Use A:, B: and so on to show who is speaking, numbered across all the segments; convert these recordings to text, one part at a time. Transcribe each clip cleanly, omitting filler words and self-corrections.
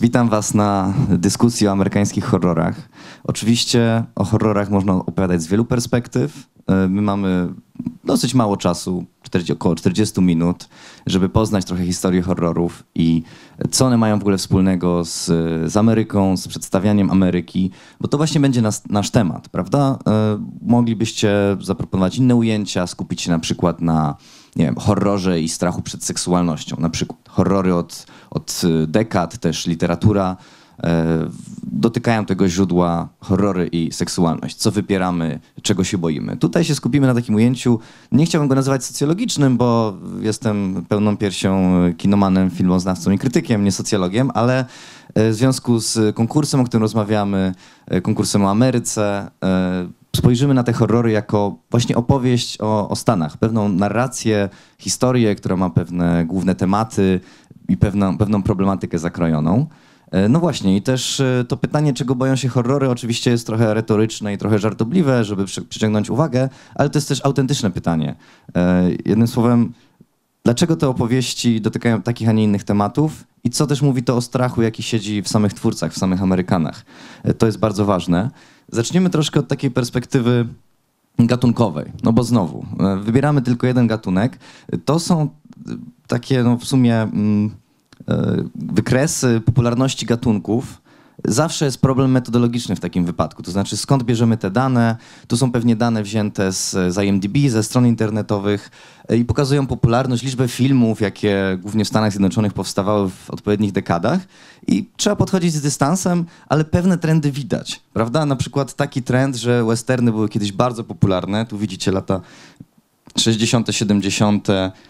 A: Witam was na dyskusji o amerykańskich horrorach. Oczywiście o horrorach można opowiadać z wielu perspektyw. My mamy dosyć mało czasu, około 40 minut, żeby poznać trochę historię horrorów i co one mają w ogóle wspólnego z Ameryką, z przedstawianiem Ameryki, bo to właśnie będzie nasz temat, prawda? Moglibyście zaproponować inne ujęcia, skupić się na przykład na, nie wiem, horrorze i strachu przed seksualnością, na przykład horrory od dekad, też literatura dotykają tego źródła, horrory i seksualność. Co wypieramy, czego się boimy. Tutaj się skupimy na takim ujęciu, nie chciałbym go nazywać socjologicznym, bo jestem pełną piersią kinomanem, filmoznawcą i krytykiem, nie socjologiem, ale w związku z konkursem, o którym rozmawiamy, konkursem o Ameryce, spojrzymy na te horrory jako właśnie opowieść o Stanach. Pewną narrację, historię, która ma pewne główne tematy i pewną problematykę zakrojoną. No właśnie i też to pytanie, czego boją się horrory, oczywiście jest trochę retoryczne i trochę żartobliwe, żeby przyciągnąć uwagę, ale to jest też autentyczne pytanie. Jednym słowem, dlaczego te opowieści dotykają takich, a nie innych tematów i co też mówi to o strachu, jaki siedzi w samych twórcach, w samych Amerykanach. To jest bardzo ważne. Zaczniemy troszkę od takiej perspektywy gatunkowej, no bo znowu, wybieramy tylko jeden gatunek. To są takie no w sumie wykresy popularności gatunków. Zawsze jest problem metodologiczny w takim wypadku, to znaczy skąd bierzemy te dane. Tu są pewnie dane wzięte z IMDb, ze stron internetowych i pokazują popularność, liczbę filmów, jakie głównie w Stanach Zjednoczonych powstawały w odpowiednich dekadach i trzeba podchodzić z dystansem, ale pewne trendy widać, prawda? Na przykład taki trend, że westerny były kiedyś bardzo popularne, tu widzicie lata 60., 70.,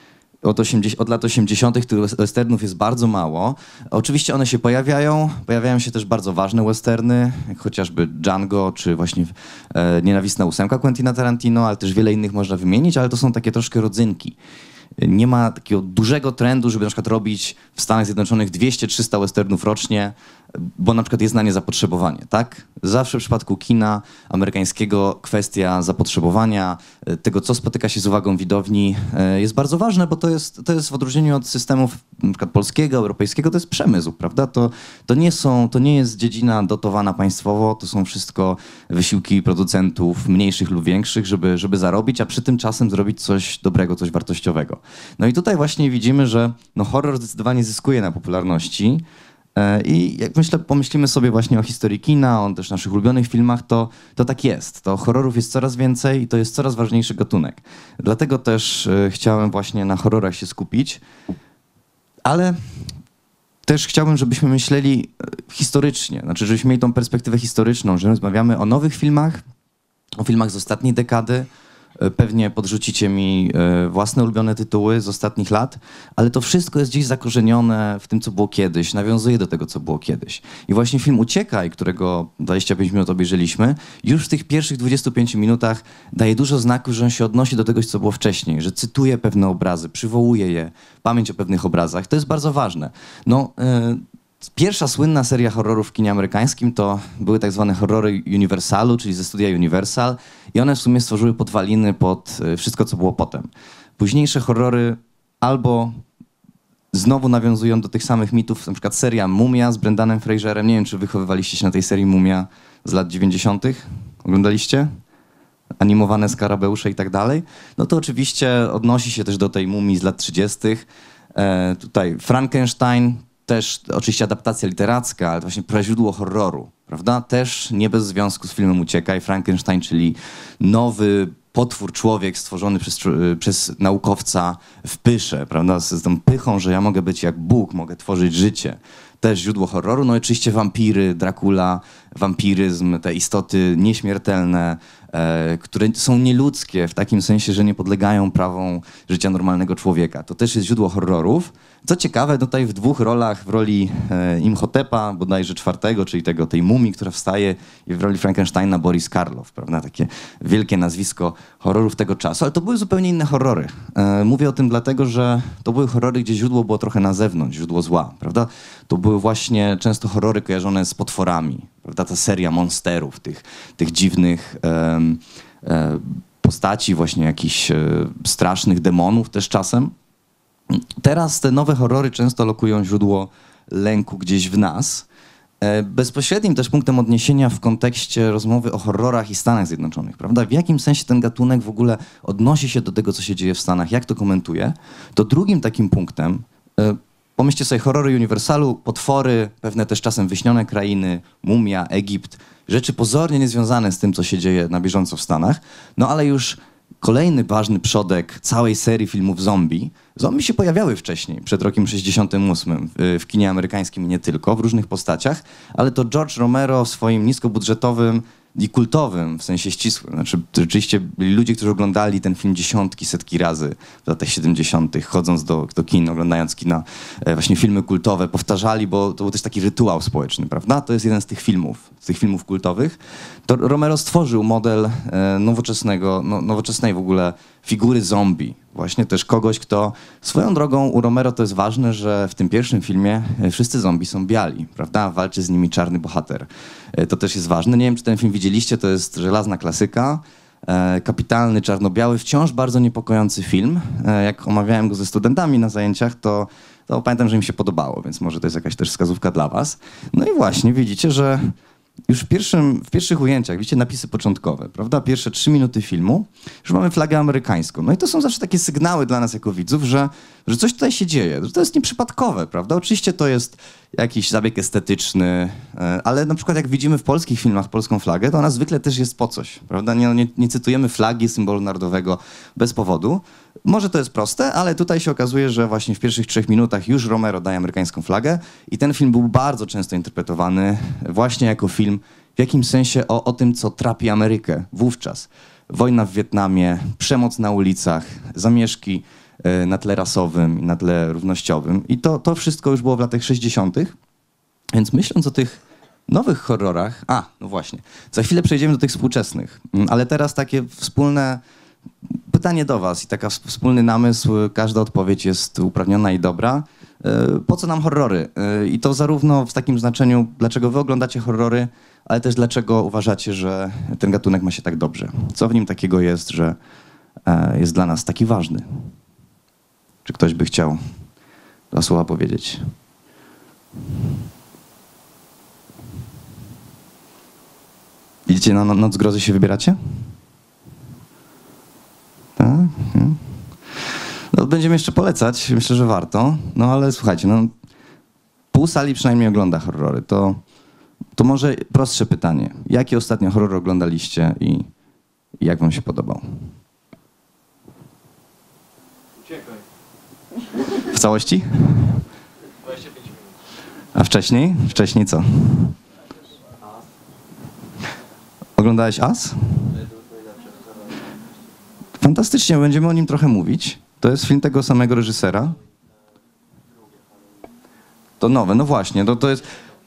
A: od lat 80. tych westernów jest bardzo mało. Oczywiście one się pojawiają się też bardzo ważne westerny, jak chociażby Django, czy właśnie Nienawistna ósemka Quentina Tarantino, ale też wiele innych można wymienić, ale to są takie troszkę rodzynki. Nie ma takiego dużego trendu, żeby na przykład robić w Stanach Zjednoczonych 200-300 westernów rocznie, bo na przykład jest na nie zapotrzebowanie, tak? Zawsze w przypadku kina amerykańskiego kwestia zapotrzebowania, tego co spotyka się z uwagą widowni jest bardzo ważne, bo to jest w odróżnieniu od systemów na przykład polskiego, europejskiego, to jest przemysł, prawda? To nie jest dziedzina dotowana państwowo, to są wszystko wysiłki producentów mniejszych lub większych, żeby zarobić, a przy tym czasem zrobić coś dobrego, coś wartościowego. No i tutaj właśnie widzimy, że no horror zdecydowanie zyskuje na popularności. I jak pomyślimy sobie właśnie o historii kina, o też naszych ulubionych filmach, to tak jest. To horrorów jest coraz więcej i to jest coraz ważniejszy gatunek. Dlatego też chciałem właśnie na horrorach się skupić, ale też chciałbym, żebyśmy myśleli historycznie, znaczy żebyśmy mieli tą perspektywę historyczną, że rozmawiamy o nowych filmach, o filmach z ostatniej dekady. Pewnie podrzucicie mi własne ulubione tytuły z ostatnich lat, ale to wszystko jest gdzieś zakorzenione w tym, co było kiedyś, nawiązuje do tego, co było kiedyś. I właśnie film Uciekaj, którego 25 minut obejrzeliśmy, już w tych pierwszych 25 minutach daje dużo znaków, że on się odnosi do tego, co było wcześniej, że cytuje pewne obrazy, przywołuje je, pamięć o pewnych obrazach. To jest bardzo ważne. Pierwsza słynna seria horrorów w kinie amerykańskim to były tak zwane horrory Universalu, czyli ze studia Universal i one w sumie stworzyły podwaliny pod wszystko, co było potem. Późniejsze horrory albo znowu nawiązują do tych samych mitów, na przykład seria Mumia z Brendanem Fraserem. Nie wiem, czy wychowywaliście się na tej serii Mumia z lat 90. Oglądaliście? Animowane skarabeusze i tak dalej. No to oczywiście odnosi się też do tej Mumii z lat 30. Tutaj Frankenstein, też oczywiście adaptacja literacka, ale właśnie praźródło horroru, prawda? Też nie bez związku z filmem Uciekaj. Frankenstein, czyli nowy potwór, człowiek stworzony przez naukowca w pysze, prawda? Z tą pychą, że ja mogę być jak Bóg, mogę tworzyć życie. Też źródło horroru. No i oczywiście wampiry, Dracula, wampiryzm, te istoty nieśmiertelne, które są nieludzkie w takim sensie, że nie podlegają prawom życia normalnego człowieka. To też jest źródło horrorów. Co ciekawe, tutaj w dwóch rolach, w roli Imhotepa, bodajże czwartego, czyli tej mumii, która wstaje, i w roli Frankensteina Boris Karloff, prawda? Takie wielkie nazwisko horrorów tego czasu, ale to były zupełnie inne horrory. Mówię o tym dlatego, że to były horrory, gdzie źródło było trochę na zewnątrz, źródło zła, prawda? To były właśnie często horrory kojarzone z potworami, prawda? Ta seria monsterów, tych dziwnych postaci, właśnie jakichś strasznych demonów też czasem. Teraz te nowe horrory często lokują źródło lęku gdzieś w nas. Bezpośrednim też punktem odniesienia w kontekście rozmowy o horrorach i Stanach Zjednoczonych, prawda? W jakim sensie ten gatunek w ogóle odnosi się do tego, co się dzieje w Stanach, jak to komentuje, to drugim takim punktem, pomyślcie sobie horrory Uniwersalu, potwory, pewne też czasem wyśnione krainy, Mumia, Egipt, rzeczy pozornie niezwiązane z tym, co się dzieje na bieżąco w Stanach, no ale już kolejny ważny przodek całej serii filmów zombie. Zombie się pojawiały wcześniej, przed rokiem 68 w kinie amerykańskim i nie tylko, w różnych postaciach, ale to George Romero w swoim niskobudżetowym i kultowym, w sensie ścisłym. Znaczy, rzeczywiście byli ludzie, którzy oglądali ten film dziesiątki, setki razy w latach 70., chodząc do kin, oglądając kina, właśnie filmy kultowe, powtarzali, bo to był też taki rytuał społeczny, prawda? To jest jeden z tych filmów kultowych. To Romero stworzył model nowoczesnej w ogóle figury zombie. Właśnie też kogoś, kto... Swoją drogą u Romero to jest ważne, że w tym pierwszym filmie wszyscy zombie są biali, prawda? Walczy z nimi czarny bohater. To też jest ważne. Nie wiem, czy ten film widzieliście, to jest żelazna klasyka. Kapitalny, czarno-biały, wciąż bardzo niepokojący film. Jak omawiałem go ze studentami na zajęciach, to pamiętam, że im się podobało, więc może to jest jakaś też wskazówka dla was. No i właśnie widzicie, że już w pierwszych ujęciach, widzicie napisy początkowe, prawda? Pierwsze 3 minuty filmu, już mamy flagę amerykańską. No i to są zawsze takie sygnały dla nas jako widzów, że coś tutaj się dzieje, że to jest nieprzypadkowe, prawda? Oczywiście to jest jakiś zabieg estetyczny, ale na przykład jak widzimy w polskich filmach polską flagę, to ona zwykle też jest po coś, prawda? Nie cytujemy flagi, symbolu narodowego bez powodu. Może to jest proste, ale tutaj się okazuje, że właśnie w pierwszych 3 minutach już Romero daje amerykańską flagę i ten film był bardzo często interpretowany właśnie jako film w jakimś sensie o tym, co trapi Amerykę wówczas. Wojna w Wietnamie, przemoc na ulicach, zamieszki na tle rasowym i na tle równościowym. I to wszystko już było w latach 60. Więc myśląc o tych nowych horrorach... no właśnie. Za chwilę przejdziemy do tych współczesnych. Ale teraz takie wspólne pytanie do was i taki wspólny namysł. Każda odpowiedź jest uprawniona i dobra. Po co nam horrory? I to zarówno w takim znaczeniu, dlaczego wy oglądacie horrory, ale też dlaczego uważacie, że ten gatunek ma się tak dobrze. Co w nim takiego jest, że jest dla nas taki ważny? Czy ktoś by chciał 2 słowa powiedzieć? Idziecie na Noc Grozy, się wybieracie? Tak? No, będziemy jeszcze polecać, myślę, że warto. No ale słuchajcie, pół sali przynajmniej ogląda horrory. To może prostsze pytanie. Jaki ostatnio horror oglądaliście i jak wam się podobał?
B: Uciekaj.
A: W całości?
B: 25 minut.
A: A wcześniej? Wcześniej co? Oglądałeś As? Fantastycznie, będziemy o nim trochę mówić. To jest film tego samego reżysera. To nowe, no właśnie, to jest...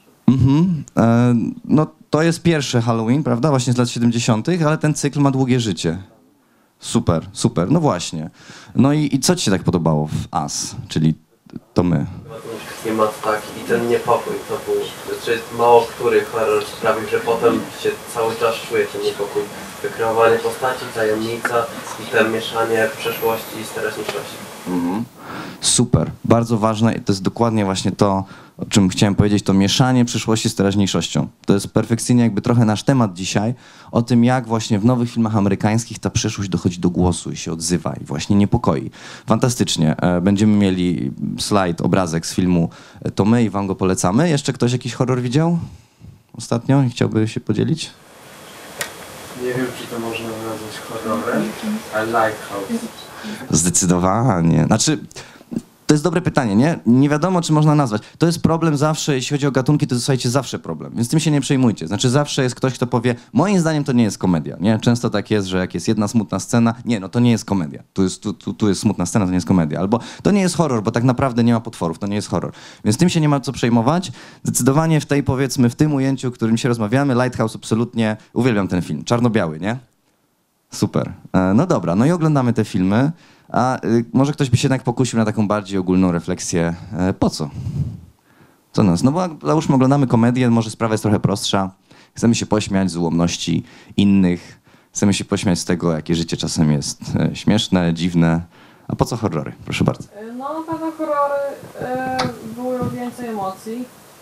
A: No to jest pierwszy Halloween, prawda? Właśnie z lat 70., ale ten cykl ma długie życie. Super, super, no właśnie. No i co ci się tak podobało w Us, czyli to my?
C: Klimat taki i ten niepokój, to był, znaczy mało który horror sprawił, że potem się cały czas czuje ten niepokój. Wykreowanie postaci, tajemnica i to mieszanie przeszłości i teraźniejszości.
A: Super, bardzo ważne i to jest dokładnie właśnie to, o czym chciałem powiedzieć, to mieszanie przyszłości z teraźniejszością. To jest perfekcyjnie jakby trochę nasz temat dzisiaj, o tym jak właśnie w nowych filmach amerykańskich ta przyszłość dochodzi do głosu i się odzywa i właśnie niepokoi. Fantastycznie. Będziemy mieli slajd, obrazek z filmu To my i wam go polecamy. Jeszcze ktoś jakiś horror widział ostatnio i chciałby się podzielić?
B: Nie wiem, czy to można nazwać horrorem, ale Lighthouse.
A: Zdecydowanie. Znaczy, to jest dobre pytanie, nie? Nie wiadomo, czy można nazwać. To jest problem zawsze, jeśli chodzi o gatunki, to jest, słuchajcie, zawsze problem, więc tym się nie przejmujcie. Znaczy zawsze jest ktoś, kto powie, moim zdaniem to nie jest komedia, nie? Często tak jest, że jak jest jedna smutna scena, nie, no to nie jest komedia. Tu jest smutna scena, to nie jest komedia. Albo to nie jest horror, bo tak naprawdę nie ma potworów, to nie jest horror. Więc tym się nie ma co przejmować. Zdecydowanie w tej, powiedzmy, w tym ujęciu, o którym się rozmawiamy, Lighthouse absolutnie, uwielbiam ten film. Czarno-biały, nie? Super. No dobra, no i oglądamy te filmy. A może ktoś by się jednak pokusił na taką bardziej ogólną refleksję. Po co? Co nas? No bo załóżmy oglądamy komedię, może sprawa jest trochę prostsza. Chcemy się pośmiać z ułomności innych. Chcemy się pośmiać z tego, jakie życie czasem jest śmieszne, dziwne. A po co horrory? Proszę bardzo.
D: No na pewno horrory były więcej emocji. emocji.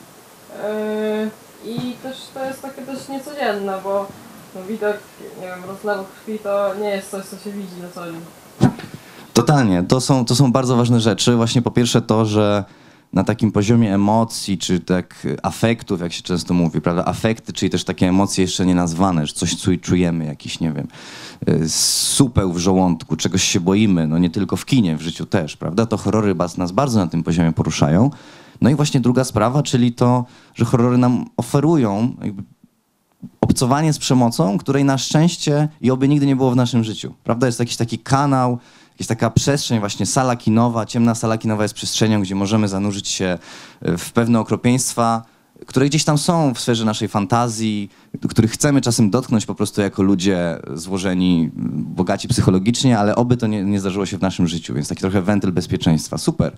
D: I też to jest takie dość niecodzienne, bo no, widok, nie wiem, rozlewu krwi to nie jest coś, co się widzi na co dzień.
A: Totalnie. To są bardzo ważne rzeczy. Właśnie po pierwsze to, że na takim poziomie emocji, czy tak afektów, jak się często mówi, prawda? Afekty, czyli też takie emocje jeszcze nie nazwane, że coś czujemy, jakiś, nie wiem, supeł w żołądku, czegoś się boimy, no nie tylko w kinie, w życiu też, prawda? To horrory nas bardzo na tym poziomie poruszają. No i właśnie druga sprawa, czyli to, że horrory nam oferują jakby obcowanie z przemocą, której na szczęście i oby nigdy nie było w naszym życiu, prawda? Jest jakiś taki kanał, jakaś taka przestrzeń, właśnie sala kinowa, ciemna sala kinowa jest przestrzenią, gdzie możemy zanurzyć się w pewne okropieństwa, które gdzieś tam są w sferze naszej fantazji, których chcemy czasem dotknąć po prostu jako ludzie złożeni, bogaci psychologicznie, ale oby to nie zdarzyło się w naszym życiu, więc taki trochę wentyl bezpieczeństwa. Super.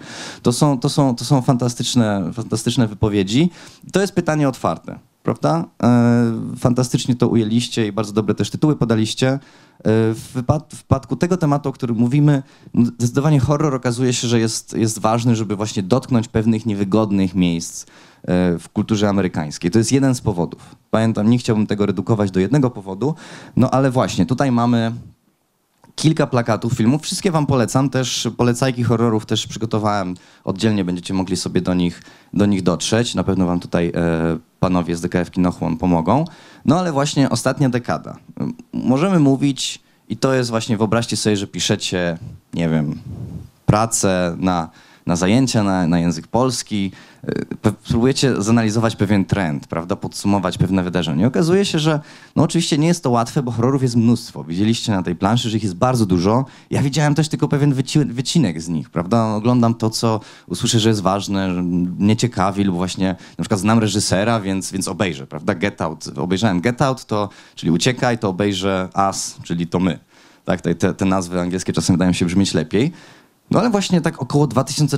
A: To są fantastyczne wypowiedzi. To jest pytanie otwarte, prawda? Fantastycznie to ujęliście i bardzo dobre też tytuły podaliście. W wypadku tego tematu, o którym mówimy, zdecydowanie horror okazuje się, że jest ważny, żeby właśnie dotknąć pewnych niewygodnych miejsc w kulturze amerykańskiej. To jest jeden z powodów. Pamiętam, nie chciałbym tego redukować do jednego powodu, no ale właśnie, tutaj mamy kilka plakatów filmów. Wszystkie wam polecam, też polecajki horrorów też przygotowałem oddzielnie, będziecie mogli sobie do nich dotrzeć. Na pewno wam tutaj panowie z DKF Kinochłon pomogą. No ale właśnie ostatnia dekada. Możemy mówić, i to jest właśnie, wyobraźcie sobie, że piszecie, nie wiem, pracę na zajęcia, na język polski, próbujecie zanalizować pewien trend, prawda, podsumować pewne wydarzenia. I okazuje się, że no oczywiście nie jest to łatwe, bo horrorów jest mnóstwo. Widzieliście na tej planszy, że ich jest bardzo dużo. Ja widziałem też tylko pewien wycinek z nich, prawda. Oglądam to, co usłyszę, że jest ważne, że mnie ciekawi, lub właśnie na przykład znam reżysera, więc obejrzę, prawda. Get Out. Obejrzałem Get Out, czyli Uciekaj, to obejrzę Us, czyli to my. Tak, te nazwy angielskie czasem wydają się brzmieć lepiej. No ale właśnie tak około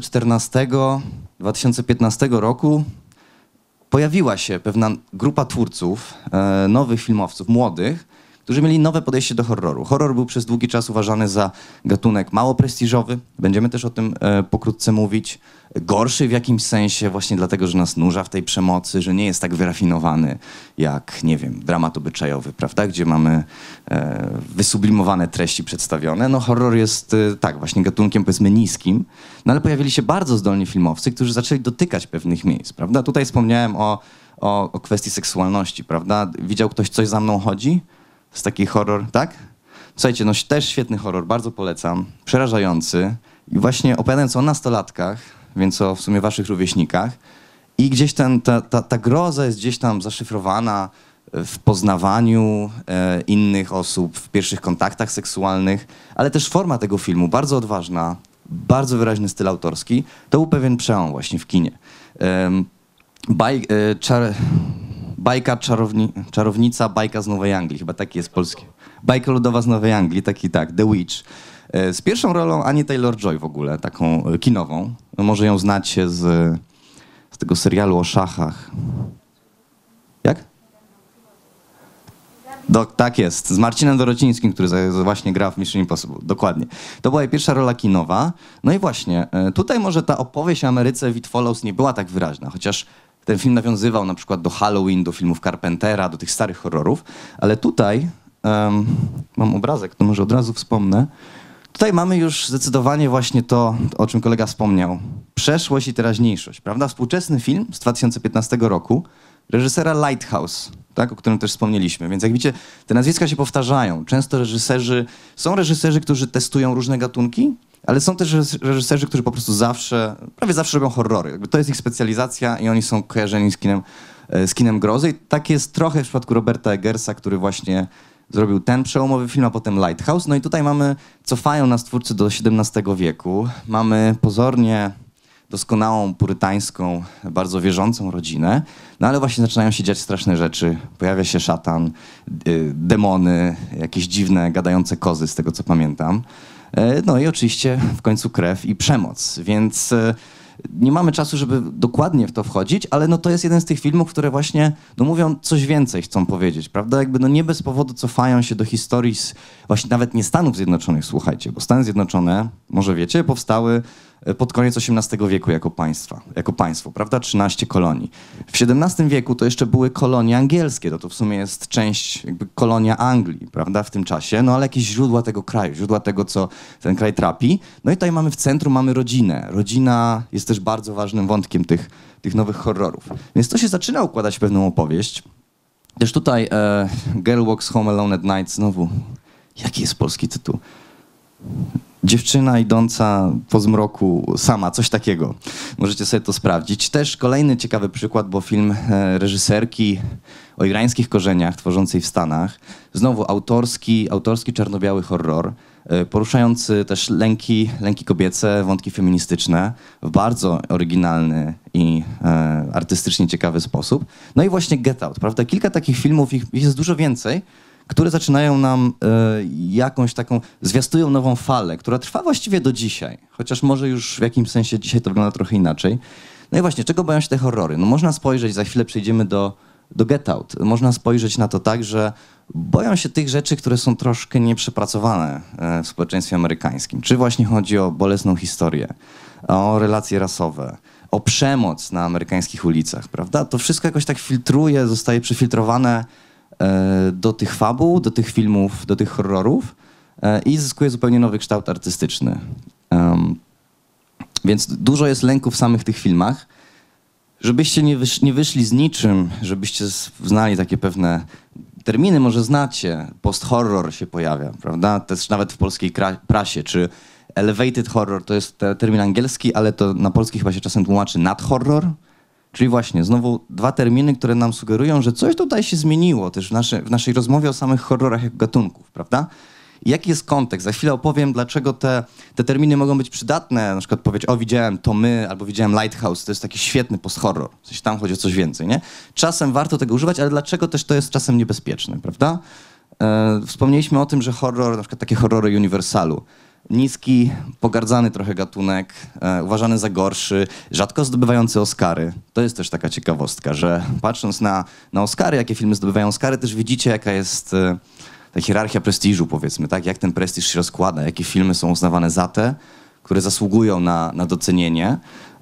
A: 2014-2015 roku pojawiła się pewna grupa twórców, nowych filmowców, młodych, którzy mieli nowe podejście do horroru. Horror był przez długi czas uważany za gatunek mało prestiżowy, będziemy też o tym pokrótce mówić, gorszy w jakimś sensie właśnie dlatego, że nas nurza w tej przemocy, że nie jest tak wyrafinowany jak, nie wiem, dramat obyczajowy, prawda, gdzie mamy wysublimowane treści przedstawione. No horror jest tak, właśnie gatunkiem powiedzmy niskim, no ale pojawili się bardzo zdolni filmowcy, którzy zaczęli dotykać pewnych miejsc, prawda. Tutaj wspomniałem o kwestii seksualności, prawda. Widział ktoś Coś za mną chodzi? To jest taki horror, tak? Słuchajcie, no też świetny horror, bardzo polecam, przerażający i właśnie opowiadając o nastolatkach, więc o w sumie waszych rówieśnikach i gdzieś ta groza jest gdzieś tam zaszyfrowana w poznawaniu innych osób, w pierwszych kontaktach seksualnych, ale też forma tego filmu, bardzo odważna, bardzo wyraźny styl autorski, to był pewien przełom właśnie w kinie. Bajka czarownica, bajka z Nowej Anglii, chyba taki jest polski. Bajka ludowa z Nowej Anglii, taki tak, The Witch. Z pierwszą rolą Anii Taylor-Joy w ogóle, taką kinową. No może ją znacie z tego serialu o szachach. Jak? Tak jest, z Marcinem Dorocińskim, który właśnie gra w Mission Impossible, dokładnie. To była jej pierwsza rola kinowa. No i właśnie, tutaj może ta opowieść o Ameryce It Follows nie była tak wyraźna, chociaż ten film nawiązywał na przykład do Halloween, do filmów Carpentera, do tych starych horrorów, ale tutaj, mam obrazek, to może od razu wspomnę, tutaj mamy już zdecydowanie właśnie to, o czym kolega wspomniał, przeszłość i teraźniejszość, prawda? Współczesny film z 2015 roku, reżysera Lighthouse, tak, o którym też wspomnieliśmy, więc jak widzicie, te nazwiska się powtarzają. Często są reżyserzy, którzy testują różne gatunki, ale są też reżyserzy, którzy po prostu prawie zawsze robią horrory. Jakby to jest ich specjalizacja i oni są kojarzeni z kinem grozy. I tak jest trochę w przypadku Roberta Eggersa, który właśnie zrobił ten przełomowy film, a potem Lighthouse. No i tutaj cofają nas twórcy do XVII wieku. Mamy pozornie doskonałą, purytańską, bardzo wierzącą rodzinę. No ale właśnie zaczynają się dziać straszne rzeczy. Pojawia się szatan, demony, jakieś dziwne, gadające kozy, z tego co pamiętam. No i oczywiście w końcu krew i przemoc, więc nie mamy czasu, żeby dokładnie w to wchodzić, ale no to jest jeden z tych filmów, które właśnie mówią coś więcej, chcą powiedzieć, prawda? Jakby nie bez powodu cofają się do historii właśnie nawet nie Stanów Zjednoczonych, słuchajcie, bo Stany Zjednoczone, może wiecie, powstały pod koniec XVIII wieku jako państwo, prawda? 13 kolonii. W XVII wieku to jeszcze były kolonie angielskie, to w sumie jest część jakby kolonia Anglii, prawda, w tym czasie, no ale jakieś źródła tego kraju, źródła tego, co ten kraj trapi. No i tutaj mamy w centrum, mamy rodzinę. Rodzina jest też bardzo ważnym wątkiem tych nowych horrorów. Więc to się zaczyna układać w pewną opowieść. Też tutaj Girl Walks Home Alone at Night, znowu, jaki jest polski tytuł? Dziewczyna idąca po zmroku sama, coś takiego. Możecie sobie to sprawdzić. Też kolejny ciekawy przykład, bo film reżyserki o irańskich korzeniach, tworzącej w Stanach. Znowu autorski czarno-biały horror, poruszający też lęki kobiece, wątki feministyczne w bardzo oryginalny i artystycznie ciekawy sposób. No i właśnie Get Out, prawda? Kilka takich filmów, ich jest dużo więcej, które zaczynają nam jakąś taką, zwiastują nową falę, która trwa właściwie do dzisiaj, chociaż może już w jakimś sensie dzisiaj to wygląda trochę inaczej. No i właśnie, czego boją się te horrory? No można spojrzeć, za chwilę przejdziemy do Get Out, można spojrzeć na to tak, że boją się tych rzeczy, które są troszkę nieprzepracowane w społeczeństwie amerykańskim. Czy właśnie chodzi o bolesną historię, o relacje rasowe, o przemoc na amerykańskich ulicach, prawda? To wszystko jakoś tak filtruje, zostaje przefiltrowane do tych fabuł, do tych filmów, do tych horrorów i zyskuje zupełnie nowy kształt artystyczny. Więc dużo jest lęku w samych tych filmach. Żebyście nie wyszli z niczym, żebyście znali takie pewne terminy, może znacie, post-horror się pojawia, prawda? Też nawet w polskiej prasie, czy elevated horror, to jest termin angielski, ale to na polski chyba się czasem tłumaczy nadhorror. Czyli właśnie, znowu dwa terminy, które nam sugerują, że coś tutaj się zmieniło też w naszej rozmowie o samych horrorach jako gatunków, prawda? I jaki jest kontekst? Za chwilę opowiem, dlaczego te terminy mogą być przydatne. Na przykład powiedzieć, o widziałem To My, albo widziałem Lighthouse, to jest taki świetny post-horror. Coś tam chodzi o coś więcej, nie? Czasem warto tego używać, ale dlaczego też to jest czasem niebezpieczne, prawda? Wspomnieliśmy o tym, że horror, na przykład takie horrory Universalu, niski, pogardzany trochę gatunek, uważany za gorszy, rzadko zdobywający Oscary. To jest też taka ciekawostka, że patrząc na Oscary, jakie filmy zdobywają Oscary, też widzicie, jaka jest ta hierarchia prestiżu, powiedzmy, tak? Jak ten prestiż się rozkłada, jakie filmy są uznawane za te, które zasługują na docenienie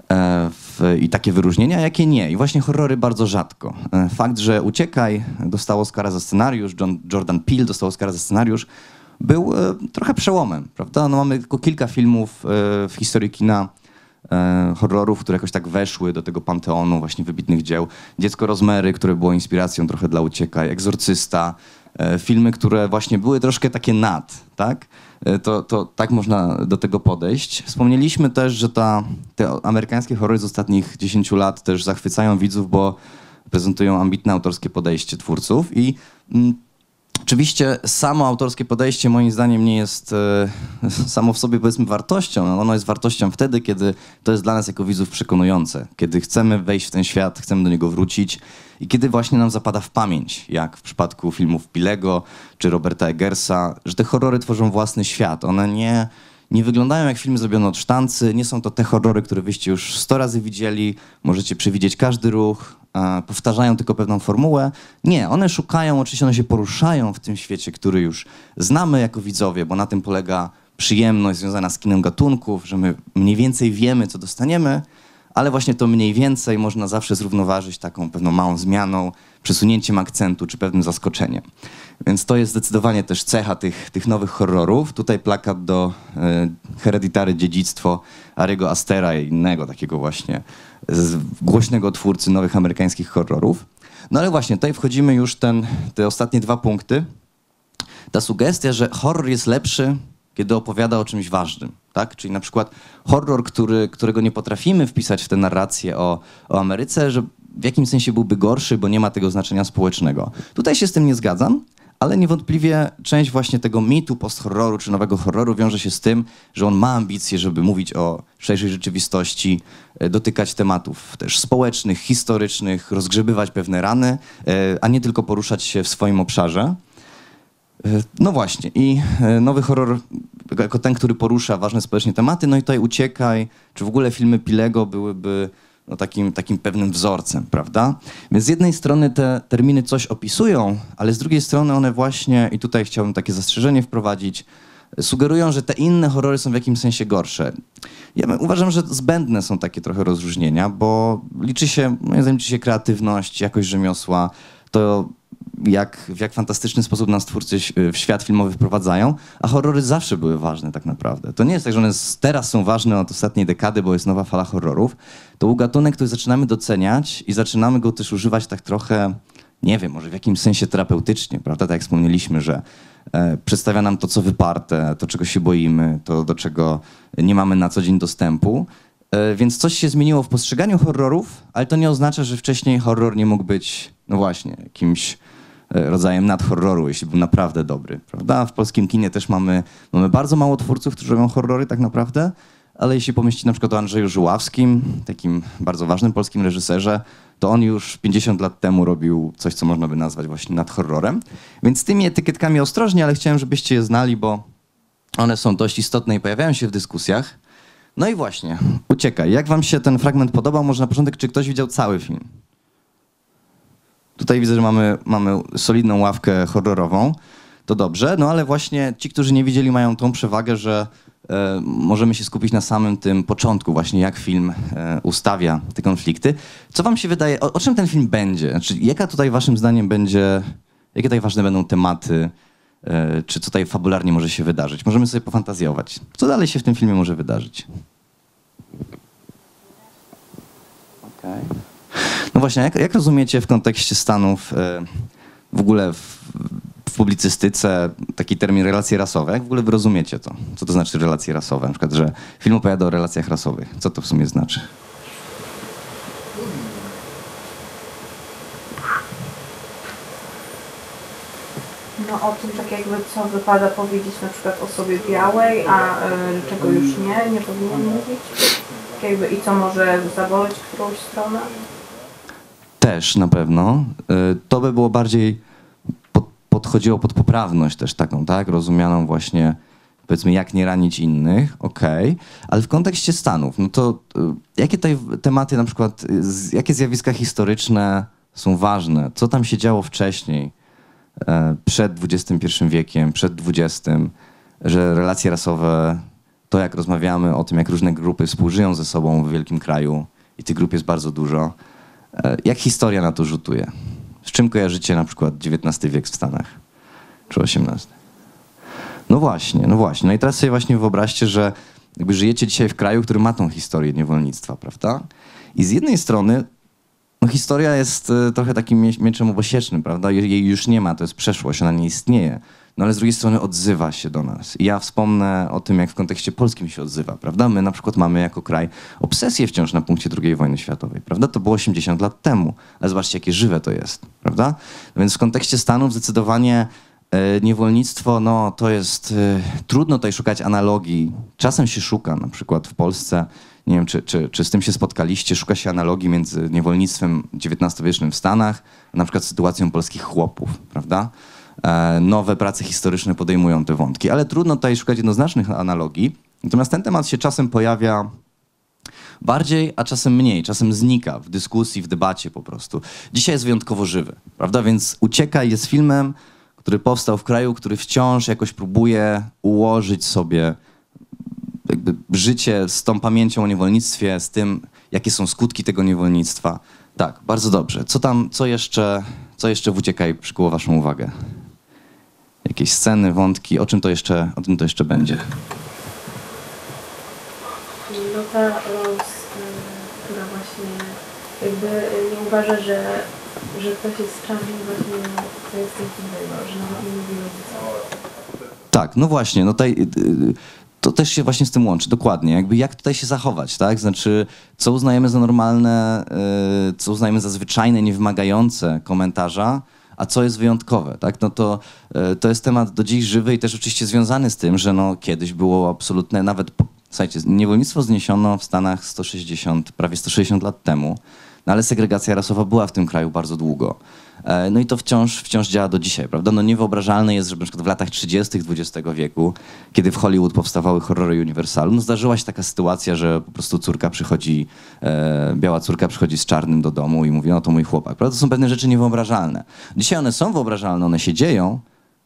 A: i takie wyróżnienia, a jakie nie. I właśnie horrory bardzo rzadko. Fakt, że Uciekaj dostał Oscara za scenariusz, Jordan Peele dostał Oscara za scenariusz, był trochę przełomem, prawda? No mamy tylko kilka filmów w historii kina horrorów, które jakoś tak weszły do tego panteonu właśnie wybitnych dzieł. Dziecko Rozmery, które było inspiracją trochę dla Uciekaj, Egzorcysta, filmy, które właśnie były troszkę takie tak? To tak można do tego podejść. Wspomnieliśmy też, że te amerykańskie horrory z ostatnich 10 lat też zachwycają widzów, bo prezentują ambitne autorskie podejście twórców i oczywiście samo autorskie podejście moim zdaniem nie jest samo w sobie, powiedzmy, wartością. Ono jest wartością wtedy, kiedy to jest dla nas jako widzów przekonujące. Kiedy chcemy wejść w ten świat, chcemy do niego wrócić i kiedy właśnie nam zapada w pamięć, jak w przypadku filmów Pilego czy Roberta Eggersa, że te horrory tworzą własny świat. One nie wyglądają jak filmy zrobione od sztancy, nie są to te horrory, które wyście już 100 razy widzieli, możecie przewidzieć każdy ruch, powtarzają tylko pewną formułę. Nie, one szukają, oczywiście one się poruszają w tym świecie, który już znamy jako widzowie, bo na tym polega przyjemność związana z kinem gatunków, że my mniej więcej wiemy, co dostaniemy, ale właśnie to mniej więcej można zawsze zrównoważyć taką pewną małą zmianą, przesunięciem akcentu czy pewnym zaskoczeniem. Więc to jest zdecydowanie też cecha tych nowych horrorów. Tutaj plakat do Hereditary, Dziedzictwo Ariego Astera i innego takiego właśnie głośnego twórcy nowych amerykańskich horrorów. No ale właśnie, tutaj wchodzimy już te ostatnie 2 punkty. Ta sugestia, że horror jest lepszy, kiedy opowiada o czymś ważnym, tak? Czyli na przykład horror, którego nie potrafimy wpisać w tę narrację o Ameryce, że w jakimś sensie byłby gorszy, bo nie ma tego znaczenia społecznego. Tutaj się z tym nie zgadzam, ale niewątpliwie część właśnie tego mitu post-horroru czy nowego horroru wiąże się z tym, że on ma ambicje, żeby mówić o szerszej rzeczywistości, dotykać tematów też społecznych, historycznych, rozgrzebywać pewne rany, a nie tylko poruszać się w swoim obszarze. No właśnie, i nowy horror jako ten, który porusza ważne społecznie tematy, no i tutaj Uciekaj, czy w ogóle filmy Pilego byłyby no takim pewnym wzorcem, prawda? Więc z jednej strony te terminy coś opisują, ale z drugiej strony one właśnie, i tutaj chciałbym takie zastrzeżenie wprowadzić, sugerują, że te inne horrory są w jakimś sensie gorsze. Ja uważam, że zbędne są takie trochę rozróżnienia, bo liczy się, moim zdaniem, liczy się kreatywność, jakość rzemiosła, to w jak fantastyczny sposób nas twórcy w świat filmowy wprowadzają, a horrory zawsze były ważne tak naprawdę. To nie jest tak, że one teraz są ważne od ostatniej dekady, bo jest nowa fala horrorów. To był gatunek, który zaczynamy doceniać i zaczynamy go też używać tak trochę, nie wiem, może w jakimś sensie terapeutycznie, prawda? Tak jak wspomnieliśmy, że przedstawia nam to, co wyparte, to, czego się boimy, to, do czego nie mamy na co dzień dostępu. Więc coś się zmieniło w postrzeganiu horrorów, ale to nie oznacza, że wcześniej horror nie mógł być, no właśnie, jakimś rodzajem nadhorroru, jeśli był naprawdę dobry, prawda? W polskim kinie też mamy bardzo mało twórców, którzy robią horrory tak naprawdę, ale jeśli pomyślicie na przykład o Andrzeju Żuławskim, takim bardzo ważnym polskim reżyserze, to on już 50 lat temu robił coś, co można by nazwać właśnie nadhorrorem. Więc z tymi etykietkami ostrożnie, ale chciałem, żebyście je znali, bo one są dość istotne i pojawiają się w dyskusjach. No i właśnie, Uciekaj. Jak wam się ten fragment podobał? Może na początek, czy ktoś widział cały film? Tutaj widzę, że mamy solidną ławkę horrorową. To dobrze, no ale właśnie ci, którzy nie widzieli, mają tą przewagę, że możemy się skupić na samym tym początku, właśnie jak film ustawia te konflikty. Co wam się wydaje, o czym ten film będzie? Znaczy, jaka tutaj waszym zdaniem będzie, jakie tutaj ważne będą tematy, czy co tutaj fabularnie może się wydarzyć? Możemy sobie pofantazjować. Co dalej się w tym filmie może wydarzyć? Okay. No właśnie, jak rozumiecie w kontekście Stanów w ogóle w publicystyce taki termin relacje rasowe? Jak w ogóle wy rozumiecie to? Co to znaczy relacje rasowe? Na przykład, że film opowiada o relacjach rasowych. Co to w sumie znaczy?
E: No o tym tak jakby co wypada powiedzieć na przykład osobie białej, a czego już nie powinien mówić. Tak jakby i co może zaboleć którąś stronę.
A: Też na pewno. To by było bardziej podchodziło pod poprawność też taką, tak? Rozumianą właśnie, powiedzmy, jak nie ranić innych, okej. Ale w kontekście Stanów, no to jakie tutaj tematy na przykład, jakie zjawiska historyczne są ważne? Co tam się działo wcześniej, przed XXI wiekiem, przed XX, że relacje rasowe, to jak rozmawiamy o tym, jak różne grupy współżyją ze sobą w wielkim kraju i tych grup jest bardzo dużo, jak historia na to rzutuje? Z czym kojarzycie na przykład XIX wiek w Stanach? Czy XVIII? No właśnie. No i teraz sobie właśnie wyobraźcie, że jakby żyjecie dzisiaj w kraju, który ma tą historię niewolnictwa, prawda? I z jednej strony no historia jest trochę takim mieczem obosiecznym, prawda? Jej już nie ma, to jest przeszłość, ona nie istnieje. No ale z drugiej strony odzywa się do nas. I ja wspomnę o tym, jak w kontekście polskim się odzywa, prawda? My na przykład mamy jako kraj obsesję wciąż na punkcie II wojny światowej, prawda? To było 80 lat temu, ale zobaczcie, jakie żywe to jest, prawda? No więc w kontekście Stanów zdecydowanie niewolnictwo, no to jest, trudno tutaj szukać analogii. Czasem się szuka, na przykład w Polsce, nie wiem, czy z tym się spotkaliście, szuka się analogii między niewolnictwem XIX-wiecznym w Stanach, a na przykład sytuacją polskich chłopów, prawda? Nowe prace historyczne podejmują te wątki, ale trudno tutaj szukać jednoznacznych analogii. Natomiast ten temat się czasem pojawia bardziej, a czasem mniej, czasem znika w dyskusji, w debacie po prostu. Dzisiaj jest wyjątkowo żywy, prawda? Więc Uciekaj jest filmem, który powstał w kraju, który wciąż jakoś próbuje ułożyć sobie jakby życie z tą pamięcią o niewolnictwie, z tym, jakie są skutki tego niewolnictwa. Tak, bardzo dobrze. Co jeszcze w Uciekaj przykuło waszą uwagę? Jakieś sceny, wątki, o tym to jeszcze będzie?
F: No ta Rose, która właśnie jakby nie uważa, że ktoś jest czarny właśnie, to jest coś innego, że nawet nie mówi rodzicom.
A: Tak, no właśnie, no tutaj to też się właśnie z tym łączy, dokładnie. Jakby jak tutaj się zachować, tak? Znaczy, co uznajemy za normalne, co uznajemy za zwyczajne, niewymagające komentarza, a co jest wyjątkowe, tak? No to jest temat do dziś żywy i też oczywiście związany z tym, że no kiedyś było absolutne, słuchajcie, niewolnictwo zniesiono w Stanach prawie 160 lat temu, no ale segregacja rasowa była w tym kraju bardzo długo. No i to wciąż działa do dzisiaj, prawda? No niewyobrażalne jest, że na przykład w latach 30. XX wieku, kiedy w Hollywood powstawały horrory Universalu, no zdarzyła się taka sytuacja, że po prostu biała córka przychodzi z czarnym do domu i mówi, no to mój chłopak, prawda? To są pewne rzeczy niewyobrażalne. Dzisiaj one są wyobrażalne, one się dzieją,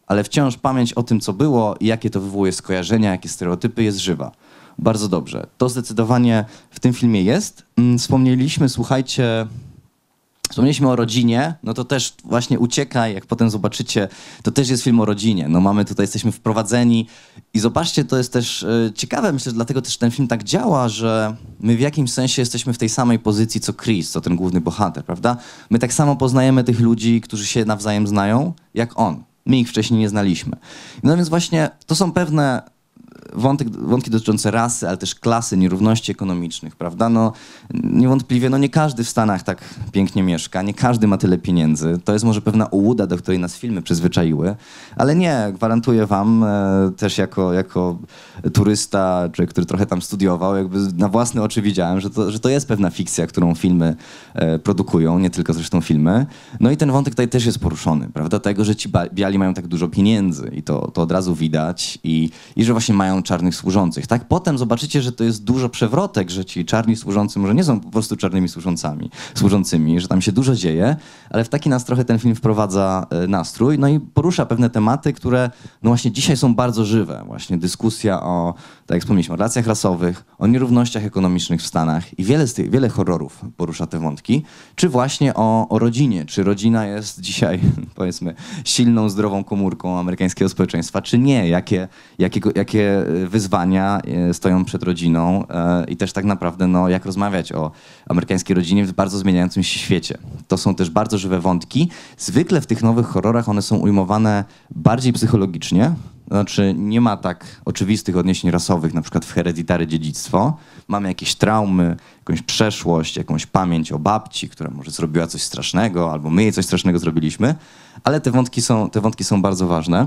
A: ale wciąż pamięć o tym, co było i jakie to wywołuje skojarzenia, jakie stereotypy, jest żywa. Bardzo dobrze. To zdecydowanie w tym filmie jest. Wspomnieliśmy, słuchajcie, wspomnieliśmy o rodzinie, no to też właśnie Uciekaj, jak potem zobaczycie, to też jest film o rodzinie. No mamy tutaj, jesteśmy wprowadzeni i zobaczcie, to jest też ciekawe, myślę, że dlatego też ten film tak działa, że my w jakimś sensie jesteśmy w tej samej pozycji co Chris, co ten główny bohater, prawda? My tak samo poznajemy tych ludzi, którzy się nawzajem znają, jak on. My ich wcześniej nie znaliśmy. No więc właśnie to są pewne wątki dotyczące rasy, ale też klasy, nierówności ekonomicznych, prawda? No niewątpliwie, no nie każdy w Stanach tak pięknie mieszka, nie każdy ma tyle pieniędzy. To jest może pewna ułuda, do której nas filmy przyzwyczaiły, ale nie, gwarantuję wam, też jako turysta, człowiek, który trochę tam studiował, jakby na własne oczy widziałem, że to jest pewna fikcja, którą filmy produkują, nie tylko zresztą filmy. No i ten wątek tutaj też jest poruszony, prawda? Tego, że ci biali mają tak dużo pieniędzy i to od razu widać i że właśnie mają czarnych służących, tak? Potem zobaczycie, że to jest dużo przewrotek, że ci czarni służący może nie są po prostu czarnymi służącymi, że tam się dużo dzieje, ale w taki nas trochę ten film wprowadza nastrój, no i porusza pewne tematy, które no właśnie dzisiaj są bardzo żywe. Właśnie dyskusja o, tak jak wspomnieliśmy, o relacjach rasowych, o nierównościach ekonomicznych w Stanach i wiele horrorów porusza te wątki, czy właśnie o rodzinie, czy rodzina jest dzisiaj, powiedzmy, silną, zdrową komórką amerykańskiego społeczeństwa, czy nie, jakie wyzwania stoją przed rodziną i też tak naprawdę no, jak rozmawiać o amerykańskiej rodzinie w bardzo zmieniającym się świecie. To są też bardzo żywe wątki. Zwykle w tych nowych horrorach one są ujmowane bardziej psychologicznie, znaczy nie ma tak oczywistych odniesień rasowych, na przykład w Hereditary dziedzictwo. Mamy jakieś traumy, jakąś przeszłość, jakąś pamięć o babci, która może zrobiła coś strasznego, albo my jej coś strasznego zrobiliśmy, ale te wątki są bardzo ważne.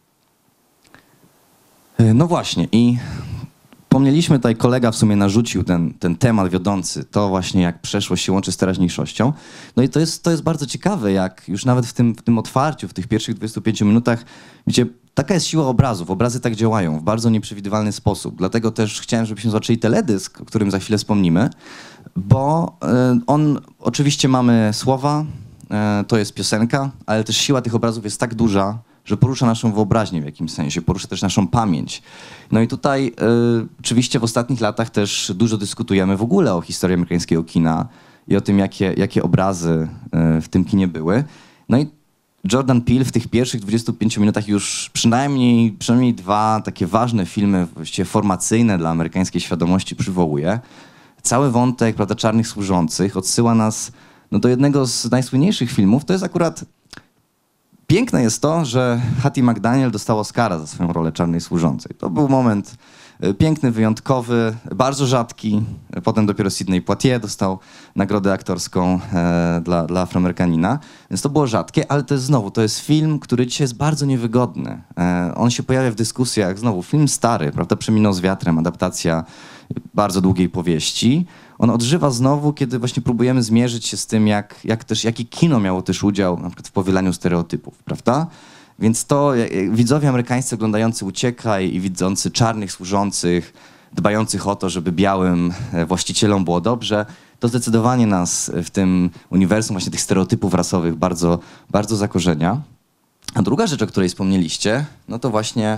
A: No właśnie i wspomnieliśmy tutaj, kolega w sumie narzucił ten temat wiodący, to właśnie jak przeszłość się łączy z teraźniejszością. No i to jest bardzo ciekawe, jak już nawet w tym otwarciu, w tych pierwszych 25 minutach, widzicie, taka jest siła obrazów. Obrazy tak działają w bardzo nieprzewidywalny sposób. Dlatego też chciałem, żebyśmy zobaczyli teledysk, o którym za chwilę wspomnimy, bo oczywiście mamy słowa, to jest piosenka, ale też siła tych obrazów jest tak duża, że porusza naszą wyobraźnię w jakimś sensie, porusza też naszą pamięć. No i tutaj oczywiście w ostatnich latach też dużo dyskutujemy w ogóle o historii amerykańskiego kina i o tym, jakie obrazy w tym kinie były. No i Jordan Peele w tych pierwszych 25 minutach już przynajmniej dwa takie ważne filmy, właściwie formacyjne dla amerykańskiej świadomości przywołuje. Cały wątek, prawda, czarnych służących odsyła nas no, do jednego z najsłynniejszych filmów. To jest akurat... Piękne jest to, że Hattie McDaniel dostała Oscara za swoją rolę czarnej służącej. To był moment piękny, wyjątkowy, bardzo rzadki. Potem dopiero Sidney Poitier dostał nagrodę aktorską dla Afroamerykanina. Więc to było rzadkie, ale to jest film, który dzisiaj jest bardzo niewygodny. On się pojawia w dyskusjach, znowu film stary, prawda, Przeminął z wiatrem, adaptacja bardzo długiej powieści. On odżywa znowu, kiedy właśnie próbujemy zmierzyć się z tym, jakie kino miało też udział na przykład w powielaniu stereotypów, prawda? Więc to widzowie amerykańscy oglądający Uciekaj i widzący czarnych służących, dbających o to, żeby białym właścicielom było dobrze, to zdecydowanie nas w tym uniwersum właśnie tych stereotypów rasowych bardzo, bardzo zakorzenia. A druga rzecz, o której wspomnieliście, no to właśnie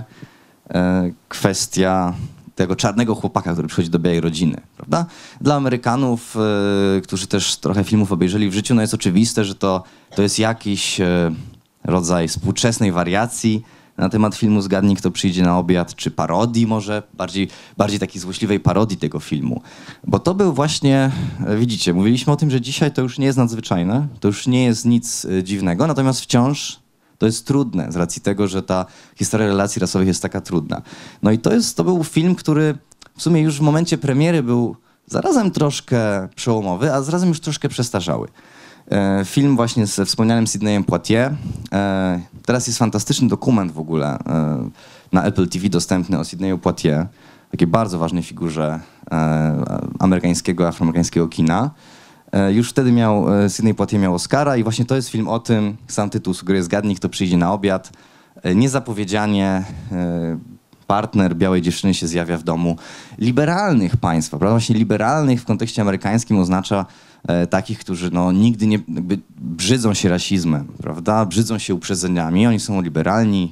A: kwestia tego czarnego chłopaka, który przychodzi do białej rodziny, prawda? Dla Amerykanów, którzy też trochę filmów obejrzeli w życiu, no jest oczywiste, że to jest jakiś rodzaj współczesnej wariacji na temat filmu Zgadnij, kto przyjdzie na obiad, czy parodii może, bardziej takiej złośliwej parodii tego filmu. Bo to był właśnie, widzicie, mówiliśmy o tym, że dzisiaj to już nie jest nadzwyczajne, to już nie jest nic dziwnego, natomiast wciąż to jest trudne z racji tego, że ta historia relacji rasowych jest taka trudna. No i to był film, który w sumie już w momencie premiery był zarazem troszkę przełomowy, a zarazem już troszkę przestarzały. Film właśnie ze wspomnianym Sidneyem Poitier. Teraz jest fantastyczny dokument w ogóle na Apple TV dostępny o Sidneyu Poitier, takiej bardzo ważnej figurze afroamerykańskiego kina. Już wtedy Sidney Poitier miał Oscara i właśnie to jest film o tym, sam tytuł sugeruje Zgadnij, kto przyjdzie na obiad. Niezapowiedzianie partner białej dziewczyny się zjawia w domu liberalnych państwa, prawda? Właśnie liberalnych w kontekście amerykańskim oznacza takich, którzy no, nigdy nie brzydzą się rasizmem, prawda? Brzydzą się uprzedzeniami, oni są liberalni,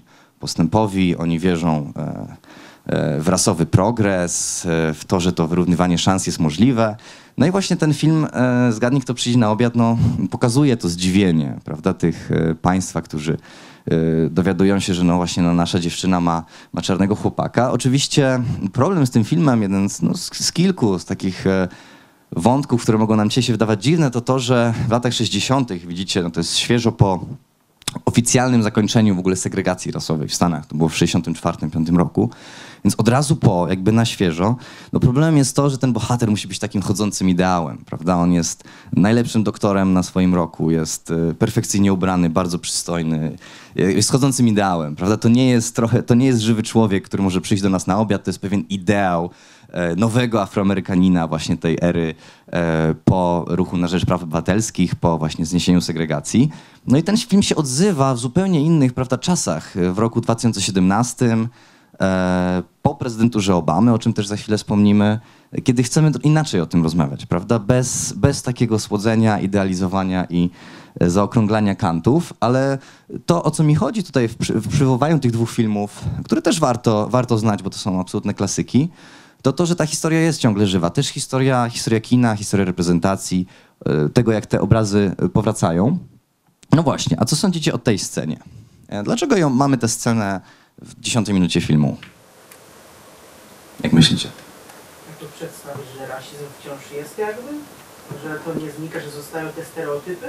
A: postępowi, oni wierzą w rasowy progres, w to, że to wyrównywanie szans jest możliwe. No i właśnie ten film, Zgadnij, kto przyjdzie na obiad, no, pokazuje to zdziwienie, prawda, tych państwa, którzy dowiadują się, że no właśnie no, nasza dziewczyna ma czarnego chłopaka. Oczywiście problem z tym filmem, jeden z kilku z takich wątków, które mogą nam dzisiaj się wydawać dziwne, to to, że w latach 60. widzicie, no to jest świeżo po oficjalnym zakończeniu w ogóle segregacji rasowej w Stanach. To było w 64-65 roku. Więc od razu po, jakby na świeżo, no problemem jest to, że ten bohater musi być takim chodzącym ideałem, prawda? On jest najlepszym doktorem na swoim roku, jest perfekcyjnie ubrany, bardzo przystojny, jest chodzącym ideałem, prawda? To nie jest żywy człowiek, który może przyjść do nas na obiad, to jest pewien ideał nowego Afroamerykanina właśnie tej ery po ruchu na rzecz praw obywatelskich, po właśnie zniesieniu segregacji. No i ten film się odzywa w zupełnie innych, prawda, czasach. W roku 2017, po prezydenturze Obamy, o czym też za chwilę wspomnimy, kiedy chcemy inaczej o tym rozmawiać, prawda? Bez takiego słodzenia, idealizowania i zaokrąglania kantów, ale to, o co mi chodzi tutaj w przywołaniu tych dwóch filmów, które też warto znać, bo to są absolutne klasyki, to, że ta historia jest ciągle żywa. Też historia kina, historia reprezentacji, tego, jak te obrazy powracają. No właśnie, a co sądzicie o tej scenie? Dlaczego mamy tę scenę w 10 minucie filmu? Jak myślicie?
G: Jak to przedstawić, że rasizm wciąż jest jakby? Że to nie znika, że zostają te stereotypy?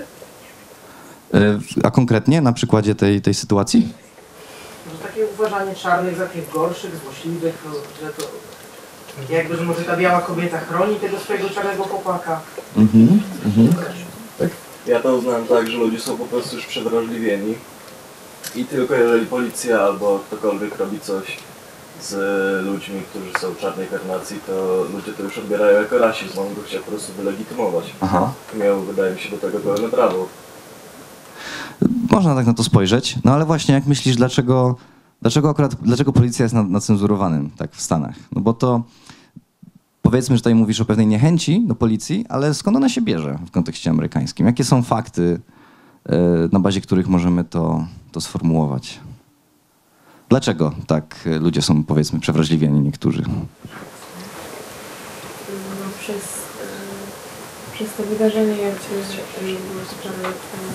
A: A konkretnie na przykładzie tej sytuacji?
G: Że takie uważanie czarnych za tych gorszych, złośliwych, że to jakby, że może ta biała kobieta chroni tego swojego czarnego chłopaka.
H: Ja to uznałem tak, że ludzie są po prostu już przewrażliwieni i tylko jeżeli policja albo ktokolwiek robi coś z ludźmi, którzy są czarnej karnacji, to ludzie to już odbierają jako rasizm, on go chciał po prostu wylegitymować.
A: Aha.
H: Miał, wydaje mi się, do tego pełne prawo.
A: Można tak na to spojrzeć, no ale właśnie jak myślisz, dlaczego policja jest na cenzurowanym tak w Stanach? No bo to powiedzmy, że tutaj mówisz o pewnej niechęci do policji, ale skąd ona się bierze w kontekście amerykańskim? Jakie są fakty, na bazie których możemy to sformułować? Dlaczego tak ludzie są, powiedzmy, przewrażliwieni niektórzy?
F: No, przez to wydarzenie, jak było sprawę,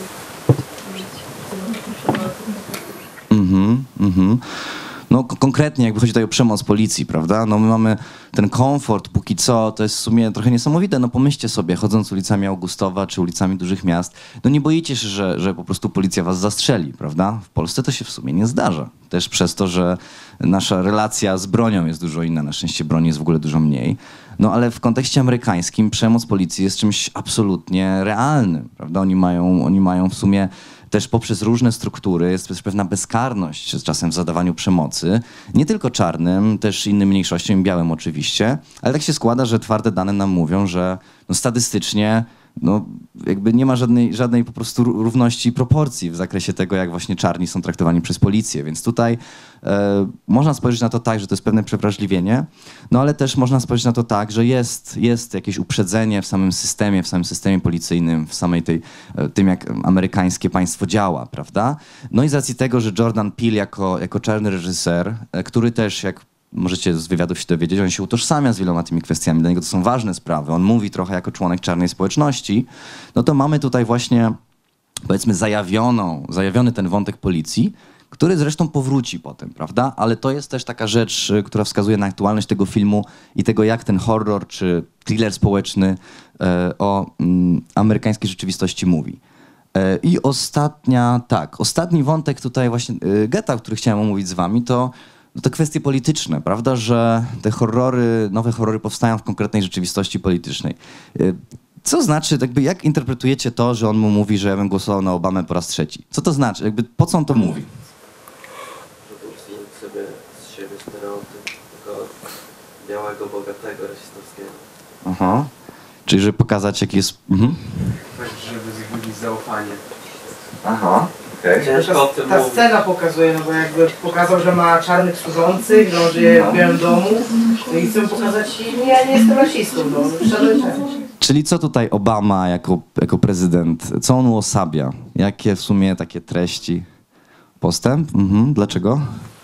A: No konkretnie jakby chodzi tutaj o przemoc policji, prawda? No my mamy ten komfort, póki co, to jest w sumie trochę niesamowite. No pomyślcie sobie, chodząc ulicami Augustowa czy ulicami dużych miast, no nie boicie się, że po prostu policja was zastrzeli, prawda? W Polsce to się w sumie nie zdarza. Też przez to, że nasza relacja z bronią jest dużo inna. Na szczęście broni jest w ogóle dużo mniej. No ale w kontekście amerykańskim przemoc policji jest czymś absolutnie realnym, prawda? Oni mają w sumie też poprzez różne struktury, jest też pewna bezkarność czasem w zadawaniu przemocy. Nie tylko czarnym, też innym mniejszościom, białym oczywiście. Ale tak się składa, że twarde dane nam mówią, że no statystycznie no jakby nie ma żadnej po prostu równości i proporcji w zakresie tego, jak właśnie czarni są traktowani przez policję. Więc tutaj można spojrzeć na to tak, że to jest pewne przewrażliwienie, no ale też można spojrzeć na to tak, że jest jakieś uprzedzenie w samym systemie policyjnym, w samej tym, jak amerykańskie państwo działa, prawda? No i z racji tego, że Jordan Peele jako czarny reżyser, który też, jak możecie z wywiadów się dowiedzieć, on się utożsamia z wieloma tymi kwestiami. Dla niego to są ważne sprawy. On mówi trochę jako członek czarnej społeczności. No to mamy tutaj właśnie, powiedzmy, zajawiony ten wątek policji, który zresztą powróci potem, prawda? Ale to jest też taka rzecz, która wskazuje na aktualność tego filmu i tego, jak ten horror czy thriller społeczny o amerykańskiej rzeczywistości mówi. I ostatni wątek tutaj właśnie Getta, o którym chciałem omówić z wami, to kwestie polityczne, prawda, że te nowe horrory powstają w konkretnej rzeczywistości politycznej. Co znaczy, jakby jak interpretujecie to, że on mu mówi, że ja bym głosował na Obamę po raz trzeci? Co to znaczy? Jakby po co on to mówi?
C: Żeby uczynić sobie z siebie stereotyp tego białego, bogatego, rasistowskiego.
A: Aha. Czyli żeby pokazać, jaki jest...
B: Tak, żeby wzbudzić zaufanie.
A: Aha.
C: Ciężko o tym
G: Ta
C: mówić.
G: scena pokazuje, no bo jakby pokazał, że ma czarnych służących, że on żyje w Białym Domu, no i chcę pokazać, ja nie jestem rasistą, no,
A: Czyli co tutaj Obama jako prezydent, co on uosabia? Jakie w sumie takie treści? Postęp? Dlaczego?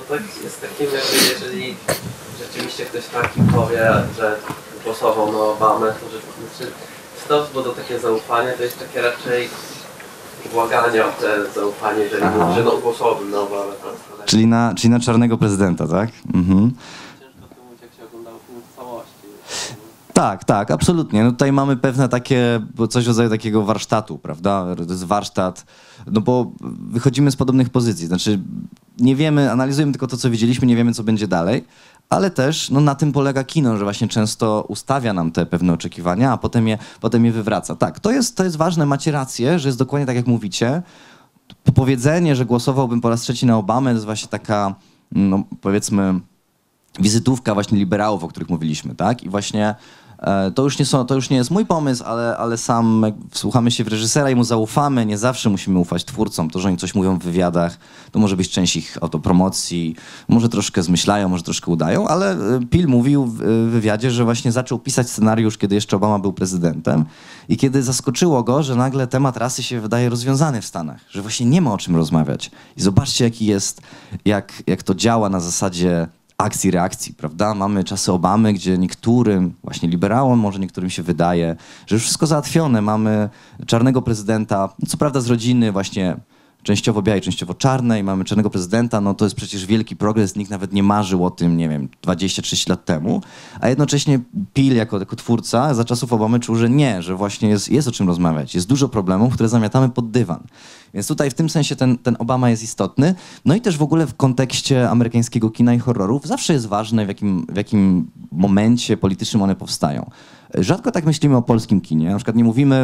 C: tak jest takim, jakby jeżeli rzeczywiście ktoś taki powie, że głosował na Obamę, to znaczy bo to takie zaufanie to jest takie raczej błaganie o te zaufanie, jeżeli mówi, że głosowałbym na Obamę.
A: Czyli na czarnego prezydenta, tak? Mhm.
C: Ciężko to mówić, jak się oglądało film w całości.
A: Tak, absolutnie. No tutaj mamy pewne takie, coś w rodzaju takiego warsztatu, prawda? To jest warsztat, no bo wychodzimy z podobnych pozycji. Znaczy nie wiemy, analizujemy tylko to, co widzieliśmy, nie wiemy, co będzie dalej, ale też no, na tym polega kino, że właśnie często ustawia nam te pewne oczekiwania, a potem je wywraca. Tak, to jest ważne, macie rację, że jest dokładnie tak, jak mówicie. Powiedzenie, że głosowałbym po raz trzeci na Obamę, to jest właśnie taka, no powiedzmy, wizytówka właśnie liberałów, o których mówiliśmy, tak? I właśnie to już nie jest mój pomysł, ale sam jak wsłuchamy się w reżysera i mu zaufamy, nie zawsze musimy ufać twórcom. To, że oni coś mówią w wywiadach, to może być część ich autopromocji, może troszkę zmyślają, może troszkę udają, ale Peele mówił w wywiadzie, że właśnie zaczął pisać scenariusz, kiedy jeszcze Obama był prezydentem i kiedy zaskoczyło go, że nagle temat rasy się wydaje rozwiązany w Stanach, że właśnie nie ma o czym rozmawiać. I zobaczcie, jaki jest, jak to działa na zasadzie akcji, reakcji, prawda? Mamy czasy Obamy, gdzie niektórym, właśnie liberałom, może niektórym się wydaje, że już wszystko załatwione. Mamy czarnego prezydenta, no co prawda z rodziny właśnie częściowo białej, częściowo czarnej, mamy czarnego prezydenta, no to jest przecież wielki progres, nikt nawet nie marzył o tym, nie wiem, 20-30 lat temu, a jednocześnie Peele jako twórca za czasów Obamy czuł, że nie, że właśnie jest o czym rozmawiać, jest dużo problemów, które zamiatamy pod dywan. Więc tutaj w tym sensie ten Obama jest istotny. No i też w ogóle w kontekście amerykańskiego kina i horrorów zawsze jest ważne, w jakim momencie politycznym one powstają. Rzadko tak myślimy o polskim kinie. Na przykład nie mówimy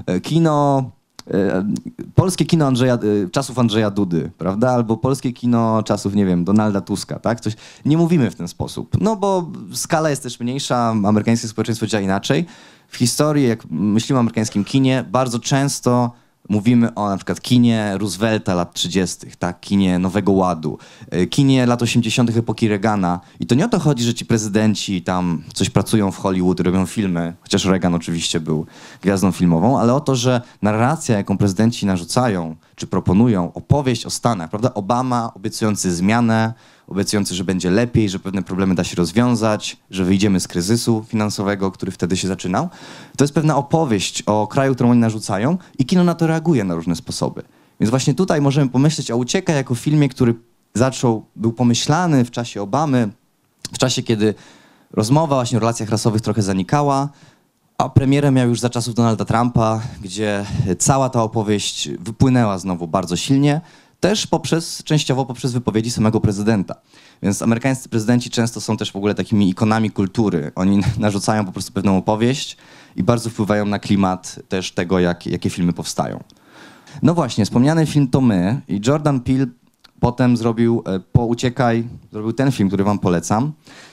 A: polskie kino czasów Andrzeja Dudy, prawda? Albo polskie kino czasów, nie wiem, Donalda Tuska, tak? Coś. Nie mówimy w ten sposób. No bo skala jest też mniejsza, amerykańskie społeczeństwo działa inaczej. W historii, jak myślimy o amerykańskim kinie, bardzo często mówimy o na przykład kinie Roosevelta lat 30., tak? Kinie Nowego Ładu, kinie lat 80. epoki Reagana. I to nie o to chodzi, że ci prezydenci tam coś pracują w Hollywood, robią filmy, chociaż Reagan oczywiście był gwiazdą filmową, ale o to, że narracja, jaką prezydenci narzucają, czy proponują, opowieść o Stanach, prawda? Obama obiecujący zmianę, obiecujący, że będzie lepiej, że pewne problemy da się rozwiązać, że wyjdziemy z kryzysu finansowego, który wtedy się zaczynał. To jest pewna opowieść o kraju, którą oni narzucają i kino na to reaguje na różne sposoby. Więc właśnie tutaj możemy pomyśleć o Uciekaj jako filmie, który był pomyślany w czasie Obamy, w czasie, kiedy rozmowa właśnie o relacjach rasowych trochę zanikała, a premierę miał już za czasów Donalda Trumpa, gdzie cała ta opowieść wypłynęła znowu bardzo silnie, też częściowo poprzez wypowiedzi samego prezydenta. Więc amerykańscy prezydenci często są też w ogóle takimi ikonami kultury. Oni narzucają po prostu pewną opowieść i bardzo wpływają na klimat też tego, jakie filmy powstają. No właśnie, wspomniany film To My i Jordan Peele potem zrobił zrobił ten film, który wam polecam.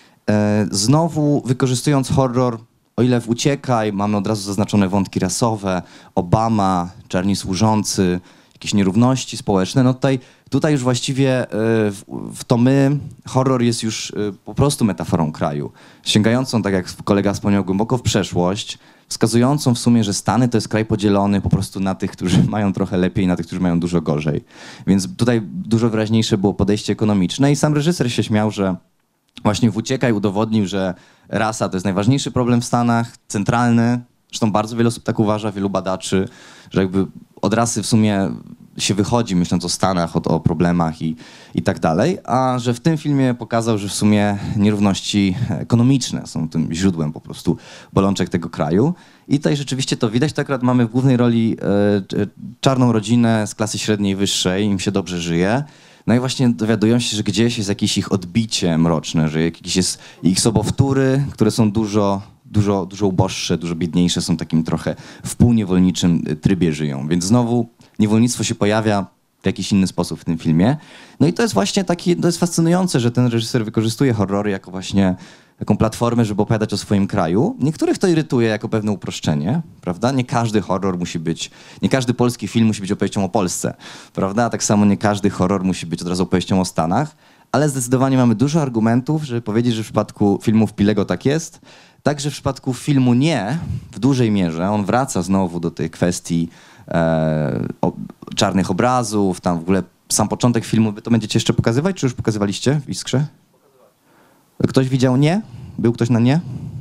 A: Znowu wykorzystując horror, o ile w Uciekaj mamy od razu zaznaczone wątki rasowe, Obama, czarni służący, jakieś nierówności społeczne, no tutaj już właściwie w To My horror jest już po prostu metaforą kraju, sięgającą, tak jak kolega wspomniał, głęboko w przeszłość, wskazującą w sumie, że Stany to jest kraj podzielony po prostu na tych, którzy mają trochę lepiej i na tych, którzy mają dużo gorzej. Więc tutaj dużo wyraźniejsze było podejście ekonomiczne i sam reżyser się śmiał, że właśnie w Uciekaj udowodnił, że rasa to jest najważniejszy problem w Stanach, centralny. Zresztą bardzo wiele osób tak uważa, wielu badaczy, że jakby od rasy w sumie się wychodzi, myśląc o Stanach, o problemach i tak dalej, a że w tym filmie pokazał, że w sumie nierówności ekonomiczne są tym źródłem po prostu bolączek tego kraju. I tutaj rzeczywiście to widać, to akurat mamy w głównej roli czarną rodzinę z klasy średniej wyższej, im się dobrze żyje. No i właśnie dowiadują się, że gdzieś jest jakieś ich odbicie mroczne, że jakieś jest ich sobowtóry, które są dużo uboższe, dużo biedniejsze, są takim trochę w półniewolniczym trybie żyją. Więc znowu niewolnictwo się pojawia w jakiś inny sposób w tym filmie. No i to jest właśnie to jest fascynujące, że ten reżyser wykorzystuje horrory jako właśnie taką platformę, żeby opowiadać o swoim kraju. Niektórych to irytuje jako pewne uproszczenie, prawda? Nie każdy horror nie każdy polski film musi być opowieścią o Polsce, prawda? A tak samo nie każdy horror musi być od razu opowieścią o Stanach, ale zdecydowanie mamy dużo argumentów, żeby powiedzieć, że w przypadku filmów Peelego tak jest. Także w przypadku filmu Nie, w dużej mierze, on wraca znowu do tej kwestii czarnych obrazów, tam w ogóle sam początek filmu, wy to będziecie jeszcze pokazywać, czy już pokazywaliście w Iskrze? Ktoś widział nie? Był ktoś na nie?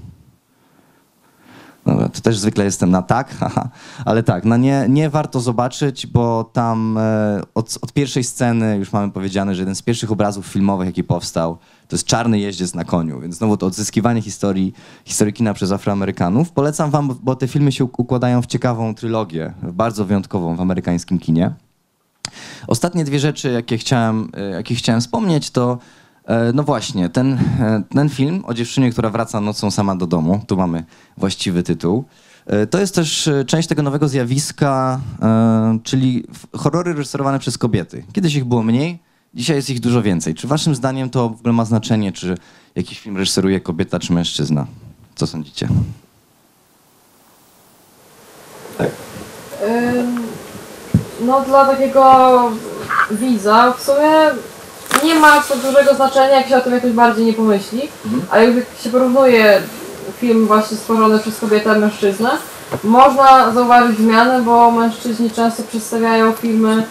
A: No, to też zwykle jestem na tak, haha. Ale tak, na nie warto zobaczyć, bo tam od pierwszej sceny już mamy powiedziane, że jeden z pierwszych obrazów filmowych, jaki powstał, to jest czarny jeździec na koniu, więc znowu to odzyskiwanie historii kina przez Afroamerykanów. Polecam wam, bo te filmy się układają w ciekawą trylogię, bardzo wyjątkową w amerykańskim kinie. Ostatnie dwie rzeczy, jakie chciałem wspomnieć, to no właśnie, ten film o dziewczynie, która wraca nocą sama do domu, tu mamy właściwy tytuł, to jest też część tego nowego zjawiska, czyli horrory reżyserowane przez kobiety. Kiedyś ich było mniej, dzisiaj jest ich dużo więcej. Czy waszym zdaniem to w ogóle ma znaczenie, czy jakiś film reżyseruje kobieta, czy mężczyzna? Co sądzicie? Tak.
D: No dla takiego widza w sumie nie ma to dużego znaczenia, jak się o tym jakoś bardziej nie pomyśli, a jak się porównuje film właśnie stworzony przez kobietę a mężczyznę, można zauważyć zmianę, bo mężczyźni często przedstawiają filmy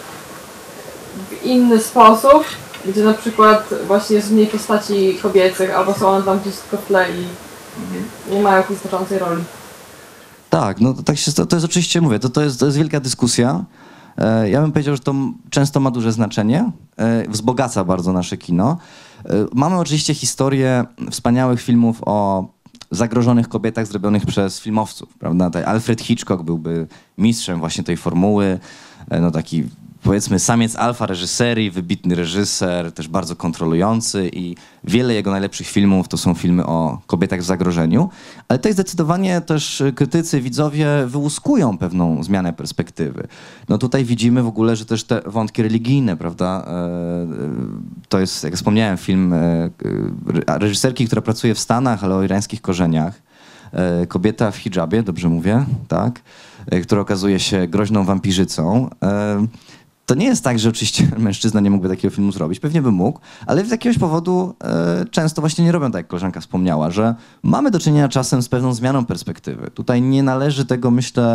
D: w inny sposób, gdzie na przykład właśnie jest mniej postaci kobiecych, albo są one tam gdzieś tylko w tle i nie mają jakiejś znaczącej roli.
A: Tak, no to jest oczywiście, mówię, to jest wielka dyskusja. Ja bym powiedział, że to często ma duże znaczenie, wzbogaca bardzo nasze kino. Mamy oczywiście historię wspaniałych filmów o zagrożonych kobietach zrobionych przez filmowców, prawda? Alfred Hitchcock byłby mistrzem właśnie tej formuły, no taki powiedzmy samiec alfa reżyserii, wybitny reżyser, też bardzo kontrolujący i wiele jego najlepszych filmów to są filmy o kobietach w zagrożeniu, ale tutaj zdecydowanie też krytycy, widzowie wyłuskują pewną zmianę perspektywy. No tutaj widzimy w ogóle, że też te wątki religijne, prawda, to jest, jak wspomniałem, film reżyserki, która pracuje w Stanach, ale o irańskich korzeniach. Kobieta w hijabie, dobrze mówię, tak, która okazuje się groźną wampirzycą. To nie jest tak, że oczywiście mężczyzna nie mógłby takiego filmu zrobić, pewnie by mógł, ale z jakiegoś powodu często właśnie nie robią tak, jak koleżanka wspomniała, że mamy do czynienia czasem z pewną zmianą perspektywy. Tutaj nie należy tego, myślę,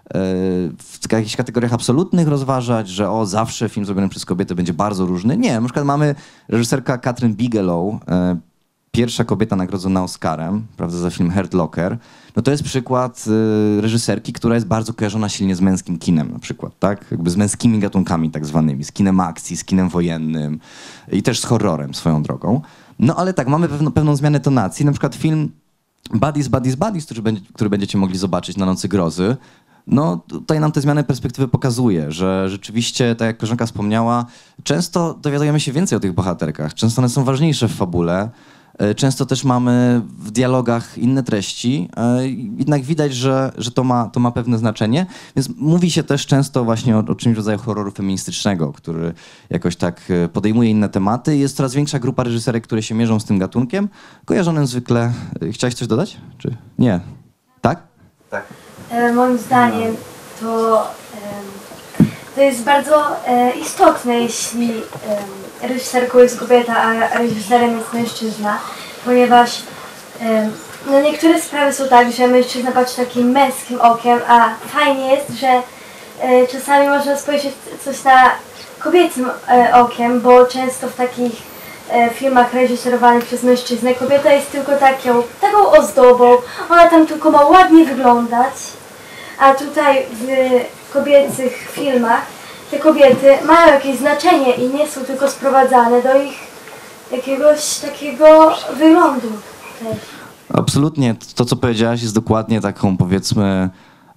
A: w jakichś kategoriach absolutnych rozważać, że zawsze film zrobiony przez kobietę będzie bardzo różny. Nie, na przykład mamy reżyserka Kathryn Bigelow, pierwsza kobieta nagrodzona Oscarem, prawda, za film Hurt Locker, no to jest przykład reżyserki, która jest bardzo kojarzona silnie z męskim kinem na przykład, tak? Jakby z męskimi gatunkami tak zwanymi, z kinem akcji, z kinem wojennym i też z horrorem swoją drogą. No ale tak, mamy pewną zmianę tonacji, na przykład film Buddies, który będziecie mogli zobaczyć na Nocy Grozy, no tutaj nam tę zmianę perspektywy pokazuje, że rzeczywiście, tak jak koleżanka wspomniała, często dowiadujemy się więcej o tych bohaterkach, często one są ważniejsze w fabule, często też mamy w dialogach inne treści, jednak widać, że to ma pewne znaczenie, więc mówi się też często właśnie o czymś w rodzaju horroru feministycznego, który jakoś tak podejmuje inne tematy. Jest coraz większa grupa reżyserek, które się mierzą z tym gatunkiem, kojarzonym zwykle... Chciałeś coś dodać? Czy nie? Tak?
C: Tak.
I: Moim zdaniem to jest bardzo istotne, jeśli reżyserką jest kobieta, a reżyserem jest mężczyzna, ponieważ no niektóre sprawy są tak, że mężczyzna patrzy takim męskim okiem, a fajnie jest, że czasami można spojrzeć coś na kobiecym okiem, bo często w takich filmach reżyserowanych przez mężczyznę kobieta jest tylko taką ozdobą, ona tam tylko ma ładnie wyglądać, a tutaj w kobiecych filmach te kobiety mają jakieś znaczenie i nie są tylko sprowadzane do ich jakiegoś takiego wyglądu też.
A: Absolutnie. To, co powiedziałaś, jest dokładnie taką, powiedzmy,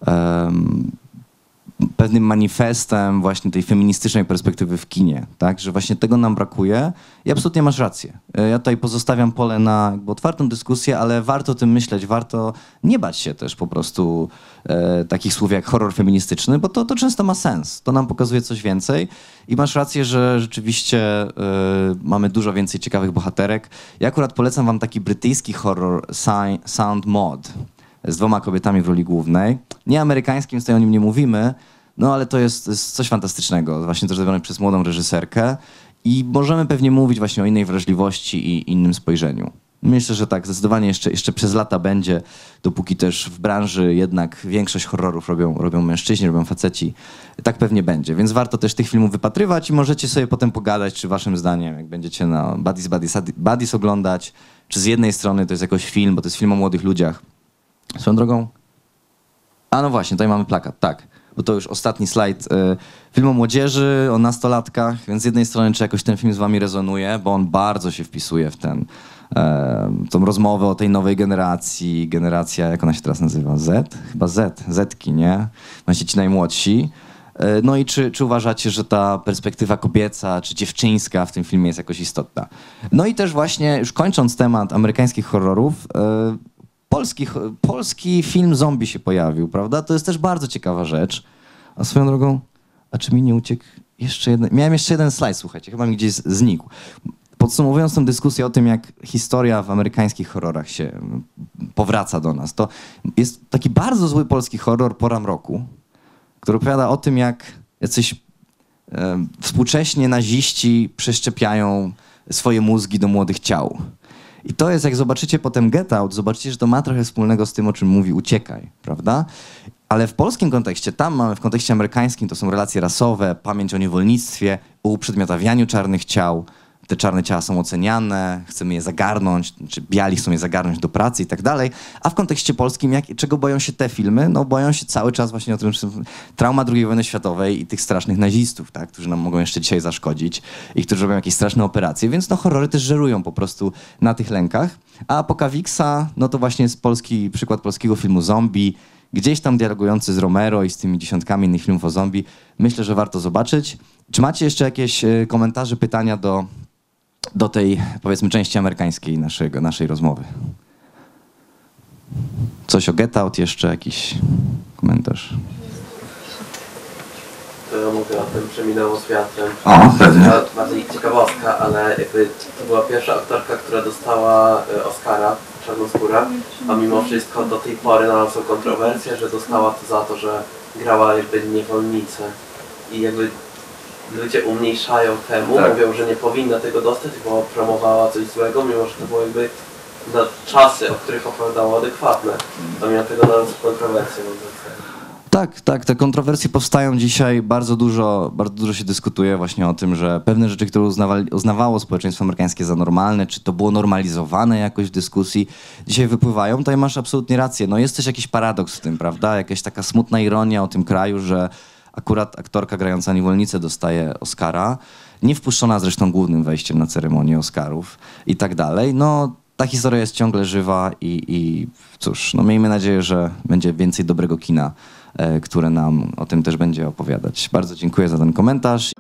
A: pewnym manifestem właśnie tej feministycznej perspektywy w kinie, tak? Że właśnie tego nam brakuje i absolutnie masz rację. Ja tutaj pozostawiam pole na jakby otwartą dyskusję, ale warto o tym myśleć, warto nie bać się też po prostu takich słów jak horror feministyczny, bo to często ma sens. To nam pokazuje coś więcej i masz rację, że rzeczywiście mamy dużo więcej ciekawych bohaterek. Ja akurat polecam wam taki brytyjski horror Sound Mod z 2 kobietami w roli głównej. Nie amerykańskim, więc tutaj o nim nie mówimy, no ale to jest coś fantastycznego, właśnie też zrobione przez młodą reżyserkę i możemy pewnie mówić właśnie o innej wrażliwości i innym spojrzeniu. Myślę, że tak, zdecydowanie jeszcze przez lata będzie, dopóki też w branży jednak większość horrorów robią mężczyźni, robią faceci. Tak pewnie będzie, więc warto też tych filmów wypatrywać i możecie sobie potem pogadać, czy waszym zdaniem, jak będziecie na Buddies oglądać, czy z jednej strony to jest jakoś film, bo to jest film o młodych ludziach. Swoją drogą? A no właśnie, tutaj mamy plakat, tak. Bo to już ostatni slajd. Film o młodzieży, o nastolatkach, więc z jednej strony czy jakoś ten film z wami rezonuje, bo on bardzo się wpisuje w tą rozmowę o tej nowej generacji. Generacja, jak ona się teraz nazywa? Z? Chyba Zetki, nie? Właśnie ci najmłodsi. No i czy uważacie, że ta perspektywa kobieca czy dziewczyńska w tym filmie jest jakoś istotna? No i też właśnie, już kończąc temat amerykańskich horrorów, polski film zombie się pojawił, prawda? To jest też bardzo ciekawa rzecz. A swoją drogą, a czy mi nie uciekł jeszcze jeden? Miałem jeszcze jeden slajd, słuchajcie, chyba mi gdzieś znikł. Podsumowując tę dyskusję o tym, jak historia w amerykańskich horrorach się powraca do nas, to jest taki bardzo zły polski horror Pora mroku, który opowiada o tym, jak jacyś współcześnie naziści przeszczepiają swoje mózgi do młodych ciał. I to jest, jak zobaczycie potem Get Out, zobaczycie, że to ma trochę wspólnego z tym, o czym mówi Uciekaj, prawda? Ale w polskim kontekście, tam mamy w kontekście amerykańskim, to są relacje rasowe, pamięć o niewolnictwie, o uprzedmiotawianiu czarnych ciał. Te czarne ciała są oceniane, chcemy je zagarnąć, czy biali chcą je zagarnąć do pracy i tak dalej. A w kontekście polskim, czego boją się te filmy? No boją się cały czas właśnie o tym, że trauma II wojny światowej i tych strasznych nazistów, tak, którzy nam mogą jeszcze dzisiaj zaszkodzić i którzy robią jakieś straszne operacje, więc no horrory też żerują po prostu na tych lękach. A Apokawixa, no to właśnie jest przykład polskiego filmu zombie, gdzieś tam dialogujący z Romero i z tymi dziesiątkami innych filmów o zombie. Myślę, że warto zobaczyć. Czy macie jeszcze jakieś komentarze, pytania do tej, powiedzmy, części amerykańskiej naszej rozmowy? Coś o Get Out jeszcze? Jakiś komentarz?
C: To ja mówię o tym Przeminęło z wiatrem.
A: O, pewnie.
C: To bardziej ciekawostka, ale jakby to była pierwsza aktorka, która dostała Oscara, czarnoskóra, a mimo wszystko do tej pory nadal są kontrowersje, że dostała to za to, że grała jakby niewolnicę. I jakby ludzie umniejszają temu, mówią, że nie powinna tego dostać, bo promowała coś złego, mimo że to było jakby na czasy, o których opowiadało adekwatne. To mimo tego nadal są kontrowersje.
A: Tak, te kontrowersje powstają dzisiaj, bardzo dużo się dyskutuje właśnie o tym, że pewne rzeczy, które uznawało społeczeństwo amerykańskie za normalne, czy to było normalizowane jakoś w dyskusji, dzisiaj wypływają. Tutaj masz absolutnie rację. No jest też jakiś paradoks w tym, prawda? Jakaś taka smutna ironia o tym kraju, że akurat aktorka grająca niewolnicę dostaje Oscara, nie wpuszczona zresztą głównym wejściem na ceremonię Oscarów i tak dalej. No ta historia jest ciągle żywa i cóż, no miejmy nadzieję, że będzie więcej dobrego kina, które nam o tym też będzie opowiadać. Bardzo dziękuję za ten komentarz.